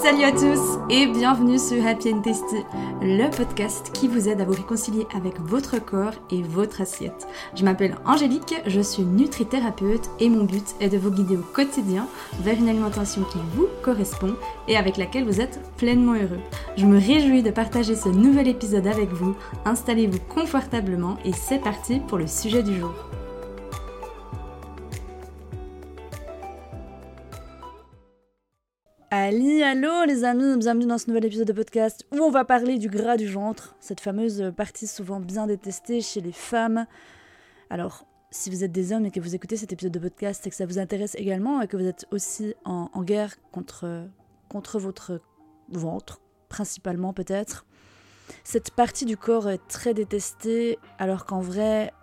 Salut à tous et bienvenue sur Happy and Tasty, le podcast qui vous aide à vous réconcilier avec votre corps et votre assiette. Je m'appelle Angélique, je suis nutrithérapeute et mon but est de vous guider au quotidien vers une alimentation qui vous correspond et avec laquelle vous êtes pleinement heureux. Je me réjouis de partager ce nouvel épisode avec vous, installez-vous confortablement et c'est parti pour le sujet du jour. Allô les amis, bienvenue dans ce nouvel épisode de podcast où on va parler du gras du ventre, cette fameuse partie souvent bien détestée chez les femmes. Alors, si vous êtes des hommes et que vous écoutez cet épisode de podcast, c'est que ça vous intéresse également et que vous êtes aussi en guerre contre votre ventre, principalement peut-être. Cette partie du corps est très détestée alors qu'en vrai,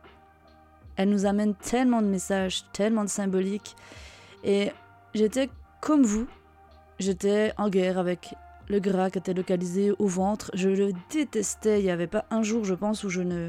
elle nous amène tellement de messages, tellement de symboliques. Et j'étais comme vous. J'étais en guerre avec le gras qui était localisé au ventre. Je le détestais. Il n'y avait pas un jour, je pense, où je ne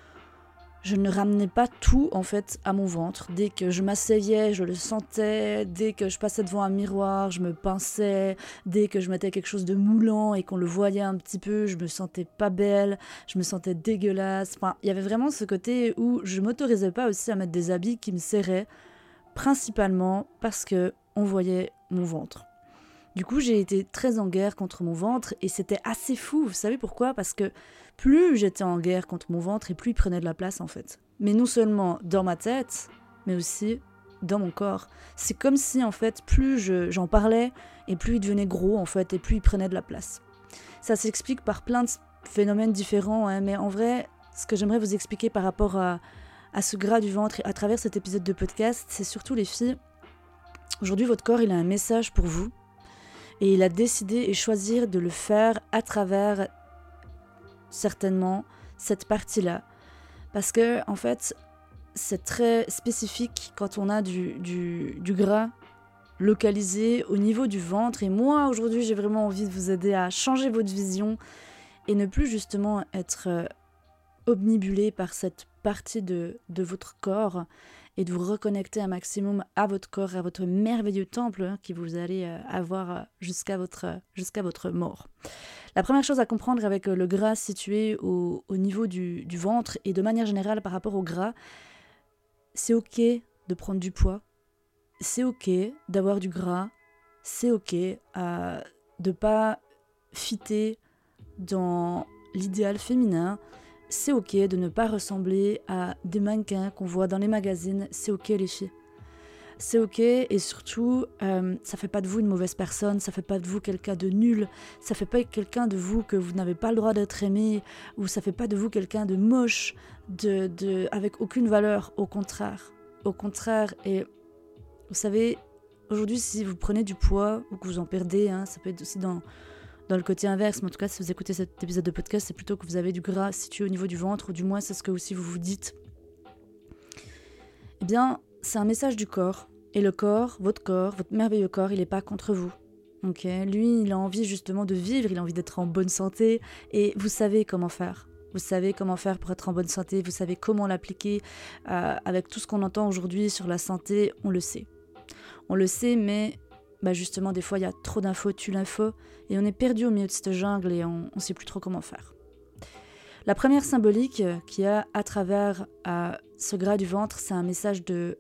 ramenais pas tout, en fait, à mon ventre. Dès que je m'asseyais, je le sentais. Dès que je passais devant un miroir, je me pinçais. Dès que je mettais quelque chose de moulant et qu'on le voyait un petit peu, je me sentais pas belle. Je me sentais dégueulasse. Enfin, il y avait vraiment ce côté où je m'autorisais pas aussi à mettre des habits qui me serraient, principalement parce que on voyait mon ventre. Du coup, j'ai été très en guerre contre mon ventre et c'était assez fou. Vous savez pourquoi ? Parce que plus j'étais en guerre contre mon ventre et plus il prenait de la place en fait. Mais non seulement dans ma tête, mais aussi dans mon corps. C'est comme si en fait, plus j'en parlais et plus il devenait gros en fait et plus il prenait de la place. Ça s'explique par plein de phénomènes différents, hein, mais en vrai, ce que j'aimerais vous expliquer par rapport à ce gras du ventre à travers cet épisode de podcast, c'est surtout les filles. Aujourd'hui, votre corps, il a un message pour vous. Et il a décidé et choisi de le faire à travers, certainement, cette partie-là. Parce que, en fait, c'est très spécifique quand on a du gras localisé au niveau du ventre. Et moi, aujourd'hui, j'ai vraiment envie de vous aider à changer votre vision et ne plus justement être obnubilé par cette partie de votre corps et de vous reconnecter un maximum à votre corps, à votre merveilleux temple que vous allez avoir jusqu'à votre mort. La première chose à comprendre avec le gras situé au niveau du ventre et de manière générale par rapport au gras, c'est ok de prendre du poids, c'est ok d'avoir du gras, c'est ok de pas fitter dans l'idéal féminin. C'est ok de ne pas ressembler à des mannequins qu'on voit dans les magazines. C'est ok les filles. C'est ok et surtout, ça fait pas de vous une mauvaise personne, ça fait pas de vous quelqu'un de nul, ça fait pas quelqu'un de vous que vous n'avez pas le droit d'être aimé, ou ça fait pas de vous quelqu'un de moche, avec aucune valeur, au contraire. Au contraire, et vous savez, aujourd'hui si vous prenez du poids ou que vous en perdez, hein, ça peut être aussi dans le côté inverse, mais en tout cas, si vous écoutez cet épisode de podcast, c'est plutôt que vous avez du gras situé au niveau du ventre, ou du moins, c'est ce que aussi vous vous dites. Eh bien, c'est un message du corps. Et le corps, votre merveilleux corps, il n'est pas contre vous. Ok, lui, il a envie justement de vivre, il a envie d'être en bonne santé, et vous savez comment faire. Vous savez comment faire pour être en bonne santé, vous savez comment l'appliquer. Avec tout ce qu'on entend aujourd'hui sur la santé, on le sait. On le sait, mais justement, des fois, il y a trop d'infos, tue l'info, et on est perdu au milieu de cette jungle et on ne sait plus trop comment faire. La première symbolique qu'il y a à travers ce gras du ventre, c'est un message de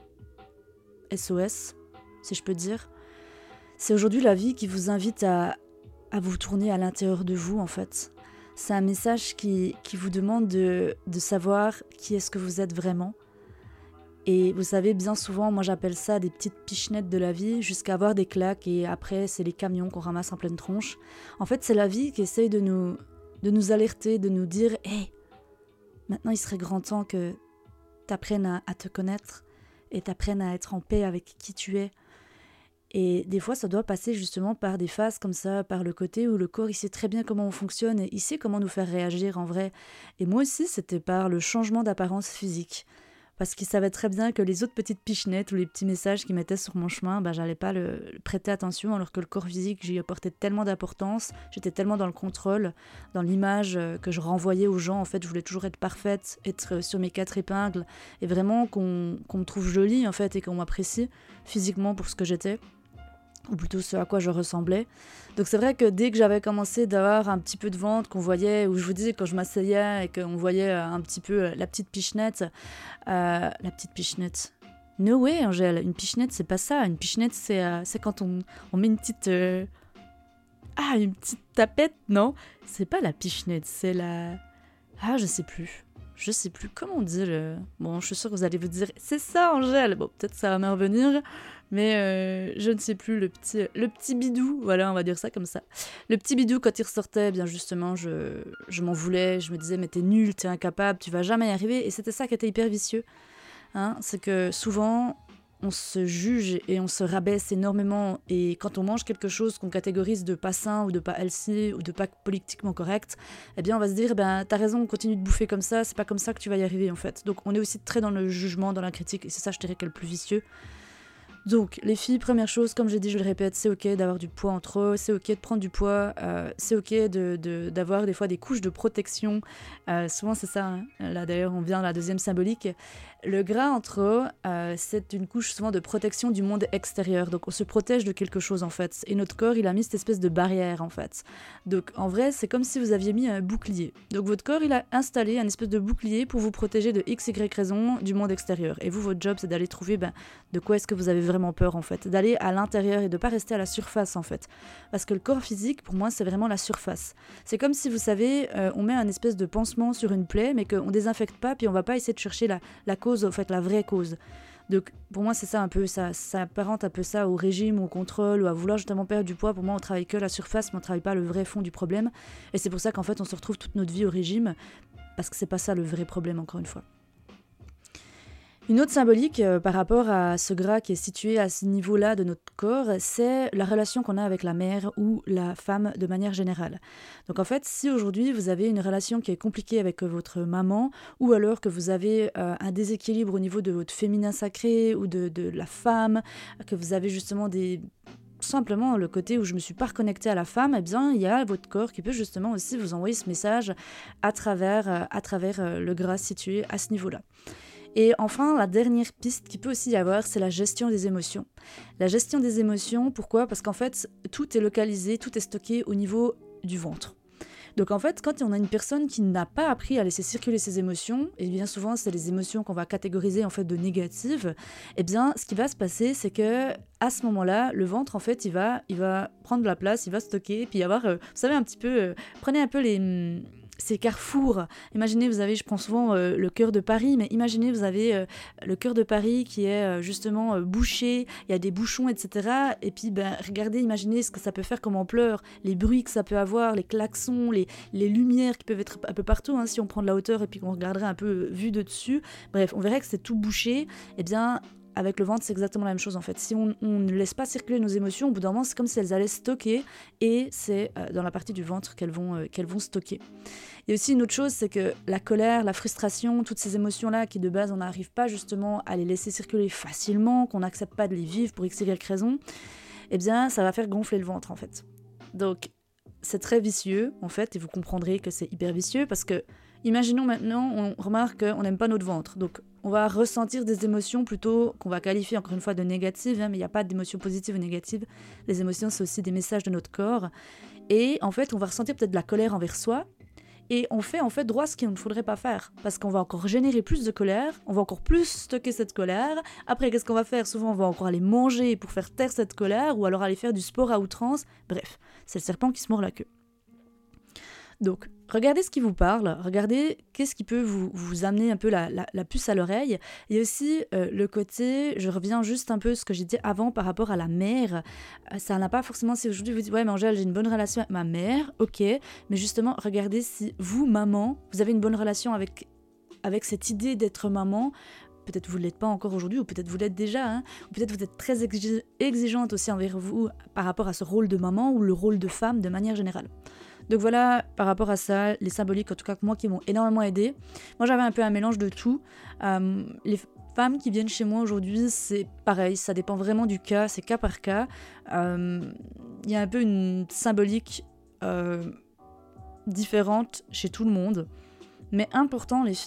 SOS, si je peux dire. C'est aujourd'hui la vie qui vous invite à vous tourner à l'intérieur de vous, en fait. C'est un message qui vous demande de savoir qui est-ce que vous êtes vraiment. Et vous savez, bien souvent, moi j'appelle ça des petites pichenettes de la vie, jusqu'à avoir des claques, et après c'est les camions qu'on ramasse en pleine tronche. En fait, c'est la vie qui essaye de nous alerter, de nous dire « Hey, maintenant il serait grand temps que t'apprennes à te connaître et t'apprennes à être en paix avec qui tu es. » Et des fois, ça doit passer justement par des phases comme ça, par le côté où le corps, il sait très bien comment on fonctionne et il sait comment nous faire réagir en vrai. Et moi aussi, c'était par le changement d'apparence physique. Parce qu'il savait très bien que les autres petites pichenettes ou les petits messages qu'il mettait sur mon chemin, j'allais pas le prêter attention, alors que le corps physique, j'y apportais tellement d'importance, j'étais tellement dans le contrôle, dans l'image que je renvoyais aux gens. En fait, je voulais toujours être parfaite, être sur mes 4 épingles, et vraiment qu'on me trouve jolie, en fait, et qu'on m'apprécie physiquement pour ce que j'étais. ou plutôt ce à quoi je ressemblais. Donc c'est vrai que dès que j'avais commencé d'avoir un petit peu de ventre, qu'on voyait, où je vous disais quand je m'asseyais et qu'on voyait un petit peu la petite pichenette, la petite pichenette. No way, Angèle, une pichenette c'est pas ça. Une pichenette c'est quand on met une petite... une petite tapette, non? C'est pas la pichenette, c'est la... Ah, je sais plus. Je sais plus comment on dit le... Bon, je suis sûre que vous allez vous dire, c'est ça, Angèle. Bon, peut-être ça va me revenir, mais je ne sais plus, le petit bidou, voilà, on va dire ça comme ça. Le petit bidou, quand il ressortait, eh bien justement, je m'en voulais, je me disais, mais t'es nul, t'es incapable, tu vas jamais y arriver. Et c'était ça qui était hyper vicieux. Hein, c'est que souvent, on se juge et on se rabaisse énormément. Et quand on mange quelque chose qu'on catégorise de pas sain ou de pas healthy ou de pas politiquement correct, eh bien on va se dire, t'as raison, continue de bouffer comme ça, c'est pas comme ça que tu vas y arriver en fait. Donc on est aussi très dans le jugement, dans la critique, et c'est ça je dirais qu'est le plus vicieux. Donc, les filles, première chose, comme j'ai dit, je le répète, c'est ok d'avoir du poids en trop, c'est ok de prendre du poids, c'est ok d'avoir des fois des couches de protection. Souvent, c'est ça. Hein. Là, d'ailleurs, on vient à la deuxième symbolique. Le gras en trop, c'est une couche souvent de protection du monde extérieur. Donc, on se protège de quelque chose, en fait. Et notre corps, il a mis cette espèce de barrière, en fait. Donc, en vrai, c'est comme si vous aviez mis un bouclier. Donc, votre corps, il a installé un espèce de bouclier pour vous protéger de x, y raison du monde extérieur. Et vous, votre job, c'est d'aller trouver de quoi est-ce que vous avez vraiment peur en fait, d'aller à l'intérieur et de pas rester à la surface en fait. Parce que le corps physique, pour moi, c'est vraiment la surface. C'est comme si, vous savez, on met un espèce de pansement sur une plaie, mais qu'on désinfecte pas, puis on va pas essayer de chercher la cause, en fait, la vraie cause. Donc pour moi, c'est ça un peu, ça apparente un peu ça au régime, au contrôle, ou à vouloir justement perdre du poids. Pour moi, on travaille que la surface, mais on travaille pas le vrai fond du problème. Et c'est pour ça qu'en fait, on se retrouve toute notre vie au régime, parce que c'est pas ça le vrai problème, encore une fois. Une autre symbolique par rapport à ce gras qui est situé à ce niveau-là de notre corps, c'est la relation qu'on a avec la mère ou la femme de manière générale. Donc en fait, si aujourd'hui vous avez une relation qui est compliquée avec votre maman, ou alors que vous avez un déséquilibre au niveau de votre féminin sacré ou de la femme, que vous avez justement simplement le côté où je me suis pas reconnectée à la femme, eh bien il y a votre corps qui peut justement aussi vous envoyer ce message à travers le gras situé à ce niveau-là. Et enfin, la dernière piste qu'il peut aussi y avoir, c'est la gestion des émotions. La gestion des émotions, pourquoi ? Parce qu'en fait, tout est localisé, tout est stocké au niveau du ventre. Donc en fait, quand on a une personne qui n'a pas appris à laisser circuler ses émotions, et bien souvent c'est les émotions qu'on va catégoriser en fait de négatives, eh bien ce qui va se passer, c'est que à ce moment-là, le ventre en fait, il va prendre de la place, il va stocker, puis y avoir, vous savez un petit peu, prenez un peu ces carrefours. Imaginez, je prends souvent le cœur de Paris, mais imaginez, vous avez le cœur de Paris qui est justement bouché, il y a des bouchons, etc. Et puis, regardez, imaginez ce que ça peut faire comme ampleur, les bruits que ça peut avoir, les klaxons, les lumières qui peuvent être un peu partout, hein, si on prend de la hauteur et puis qu'on regarderait un peu vu de dessus. Bref, on verrait que c'est tout bouché. Eh bien, avec le ventre, c'est exactement la même chose en fait. Si on ne laisse pas circuler nos émotions, au bout d'un moment, c'est comme si elles allaient stocker, et c'est dans la partie du ventre qu'elles vont stocker. Il y a aussi une autre chose, c'est que la colère, la frustration, toutes ces émotions-là qui de base on n'arrive pas justement à les laisser circuler facilement, qu'on n'accepte pas de les vivre pour x, y raison, eh bien ça va faire gonfler le ventre en fait. Donc c'est très vicieux en fait, et vous comprendrez que c'est hyper vicieux parce que imaginons maintenant, on remarque qu'on n'aime pas notre ventre, donc on va ressentir des émotions plutôt qu'on va qualifier encore une fois de négatives, hein, mais il n'y a pas d'émotions positives ou négatives. Les émotions, c'est aussi des messages de notre corps. Et en fait, on va ressentir peut-être de la colère envers soi, et on fait en fait droit ce qu'il ne faudrait pas faire, parce qu'on va encore générer plus de colère, on va encore plus stocker cette colère. Après, qu'est-ce qu'on va faire ? Souvent, on va encore aller manger pour faire taire cette colère, ou alors aller faire du sport à outrance. Bref, c'est le serpent qui se mord la queue. Donc, regardez ce qui vous parle, regardez qu'est-ce qui peut vous amener un peu la puce à l'oreille. Il y a aussi le côté, je reviens juste un peu à ce que j'ai dit avant par rapport à la mère. Ça n'a pas forcément, si aujourd'hui vous dites « Ouais, mais Angèle, j'ai une bonne relation avec ma mère », ok, mais justement, regardez si vous, maman, vous avez une bonne relation avec cette idée d'être maman. Peut-être vous ne l'êtes pas encore aujourd'hui, ou peut-être vous l'êtes déjà, hein, ou peut-être vous êtes très exigeante aussi envers vous par rapport à ce rôle de maman ou le rôle de femme de manière générale. Donc voilà, par rapport à ça, les symboliques, en tout cas moi, qui m'ont énormément aidée. Moi, j'avais un peu un mélange de tout. Les femmes qui viennent chez moi aujourd'hui, c'est pareil, ça dépend vraiment du cas, c'est cas par cas. Il y a un peu une symbolique différente chez tout le monde. Mais important, les filles,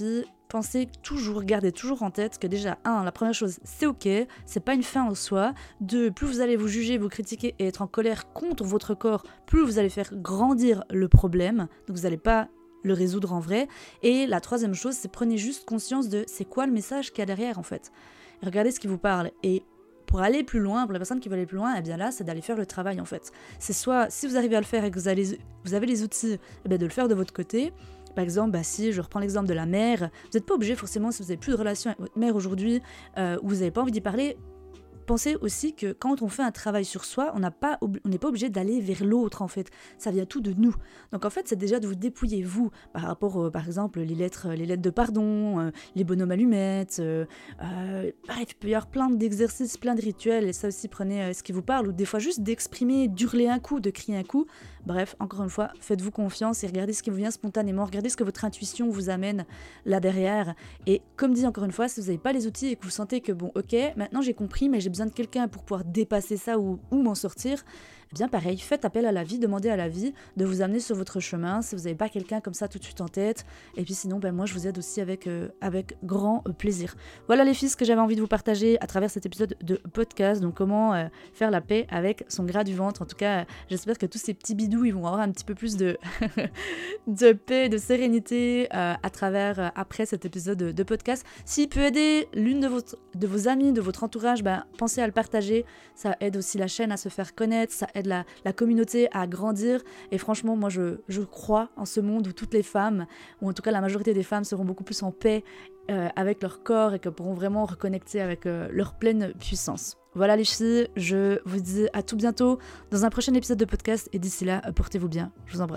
gardez toujours en tête que déjà, la première chose, c'est ok, c'est pas une fin en soi. 2, plus vous allez vous juger, vous critiquer et être en colère contre votre corps, plus vous allez faire grandir le problème, donc vous n'allez pas le résoudre en vrai. Et la troisième chose, c'est prenez juste conscience de c'est quoi le message qu'il y a derrière en fait. Et regardez ce qui vous parle. Et pour aller plus loin, pour la personne qui veut aller plus loin, eh bien là, c'est d'aller faire le travail en fait. C'est soit, si vous arrivez à le faire et que vous avez les outils, eh bien de le faire de votre côté. Par exemple, si je reprends l'exemple de la mère, vous n'êtes pas obligé forcément, si vous n'avez plus de relation avec votre mère aujourd'hui, ou vous n'avez pas envie d'y parler, pensez aussi que quand on fait un travail sur soi, on n'est pas obligé d'aller vers l'autre en fait. Ça vient tout de nous. Donc en fait, c'est déjà de vous dépouiller vous par rapport, par exemple, les lettres de pardon, les bonhommes allumettes. Bref, il peut y avoir plein d'exercices, plein de rituels. Et ça aussi, prenez ce qui vous parle. Ou des fois juste d'exprimer, d'hurler un coup, de crier un coup. Bref, encore une fois, faites-vous confiance et regardez ce qui vous vient spontanément. Regardez ce que votre intuition vous amène là derrière. Et comme dit encore une fois, si vous n'avez pas les outils et que vous sentez que bon, ok, maintenant j'ai compris, mais j'ai besoin de quelqu'un pour pouvoir dépasser ça ou m'en sortir, eh bien pareil, faites appel à la vie, demandez à la vie de vous amener sur votre chemin si vous n'avez pas quelqu'un comme ça tout de suite en tête. Et puis sinon, moi je vous aide aussi avec grand plaisir. Voilà les filles, ce que j'avais envie de vous partager à travers cet épisode de podcast. Donc comment faire la paix avec son gras du ventre. En tout cas, j'espère que tous ces petits bidous, ils vont avoir un petit peu plus de paix, de sérénité à travers après cet épisode de podcast. S'il peut aider l'une de vos amies, de votre entourage, pensez à le partager. Ça aide aussi la chaîne à se faire connaître, ça aide la communauté à grandir. Et franchement, moi je crois en ce monde où toutes les femmes, ou en tout cas la majorité des femmes, seront beaucoup plus en paix avec leur corps et que pourront vraiment reconnecter avec leur pleine puissance. Voilà les filles, je vous dis à tout bientôt dans un prochain épisode de podcast et d'ici là, portez-vous bien, je vous embrasse.